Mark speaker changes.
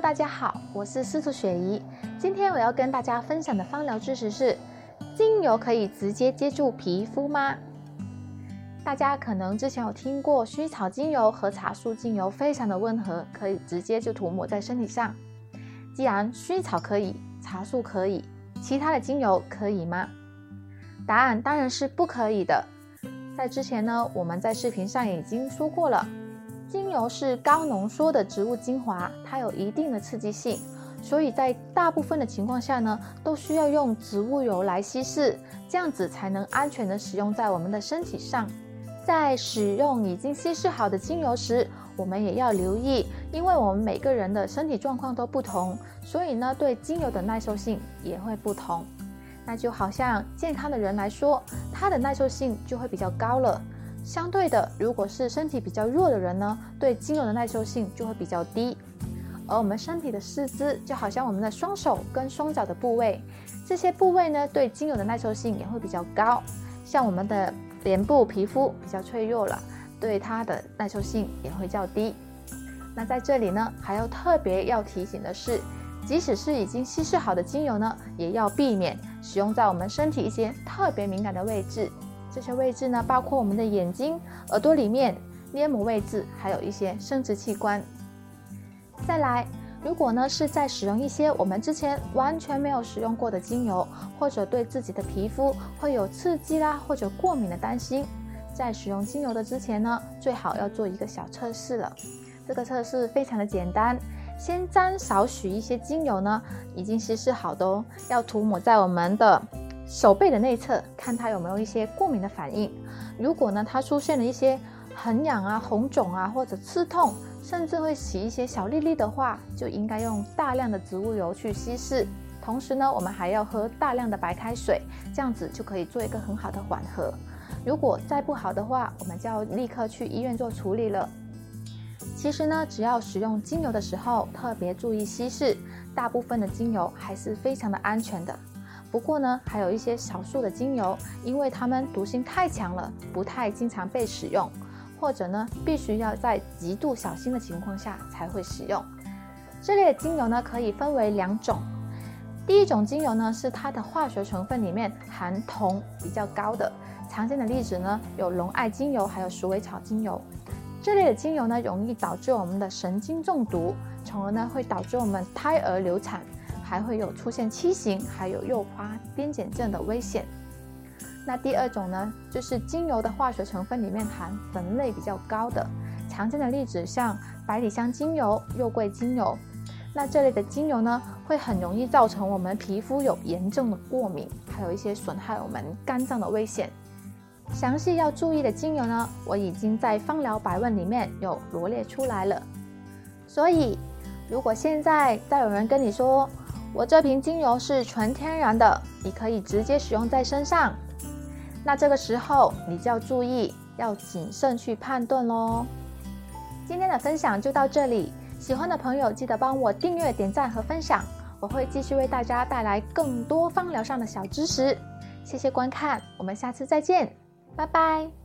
Speaker 1: 大家好，我是司徒雪怡。今天我要跟大家分享的芳疗知识是：精油可以直接接触皮肤吗？大家可能之前有听过薰衣草精油和茶树精油非常的温和，可以直接就涂抹在身体上。既然薰衣草可以，茶树可以，其他的精油可以吗？答案当然是不可以的。在之前呢，我们在视频上也已经说过了，精油是高浓缩的植物精华，它有一定的刺激性，所以在大部分的情况下呢，都需要用植物油来稀释，这样子才能安全的使用在我们的身体上。在使用已经稀释好的精油时，我们也要留意，因为我们每个人的身体状况都不同，所以呢，对精油的耐受性也会不同。那就好像健康的人来说，他的耐受性就会比较高了。相对的，如果是身体比较弱的人呢，对精油的耐受性就会比较低。而我们身体的四肢，就好像我们的双手跟双脚的部位，这些部位呢，对精油的耐受性也会比较高。像我们的脸部皮肤比较脆弱了，对它的耐受性也会较低。那在这里呢，还要特别要提醒的是，即使是已经稀释好的精油呢，也要避免使用在我们身体一些特别敏感的位置。这些位置呢，包括我们的眼睛、耳朵里面、黏膜位置，还有一些生殖器官。再来，如果呢是在使用一些我们之前完全没有使用过的精油，或者对自己的皮肤会有刺激啦或者过敏的担心，在使用精油的之前呢，最好要做一个小测试了。这个测试非常的简单，先沾少许一些精油呢，已经稀释好的哦，要涂抹在我们的手背的内侧，看它有没有一些过敏的反应。如果呢它出现了一些痕痒啊、红肿啊，或者刺痛，甚至会起一些小粒粒的话，就应该用大量的植物油去稀释。同时呢，我们还要喝大量的白开水，这样子就可以做一个很好的缓和。如果再不好的话，我们就要立刻去医院做处理了。其实呢，只要使用精油的时候特别注意稀释，大部分的精油还是非常的安全的。不过呢，还有一些少数的精油，因为它们毒性太强了，不太经常被使用，或者呢，必须要在极度小心的情况下才会使用。这类的精油呢，可以分为两种。第一种精油呢，是它的化学成分里面含铜比较高的，常见的例子呢有龙艾精油，还有鼠尾草精油。这类的精油呢，容易导致我们的神经中毒，从而呢会导致我们胎儿流产，还会有出现畸形，还有诱发癫痫症的危险。那第二种呢，就是精油的化学成分里面含酚类比较高的，常见的例子像百里香精油、肉桂精油。那这类的精油呢，会很容易造成我们皮肤有严重的过敏，还有一些损害我们肝脏的危险。详细要注意的精油呢，我已经在芳疗百问里面有罗列出来了。所以，如果现在再有人跟你说，我这瓶精油是纯天然的，你可以直接使用在身上，那这个时候你就要注意，要谨慎去判断咯。今天的分享就到这里，喜欢的朋友记得帮我订阅、点赞和分享，我会继续为大家带来更多芳疗上的小知识。谢谢观看，我们下次再见，拜拜。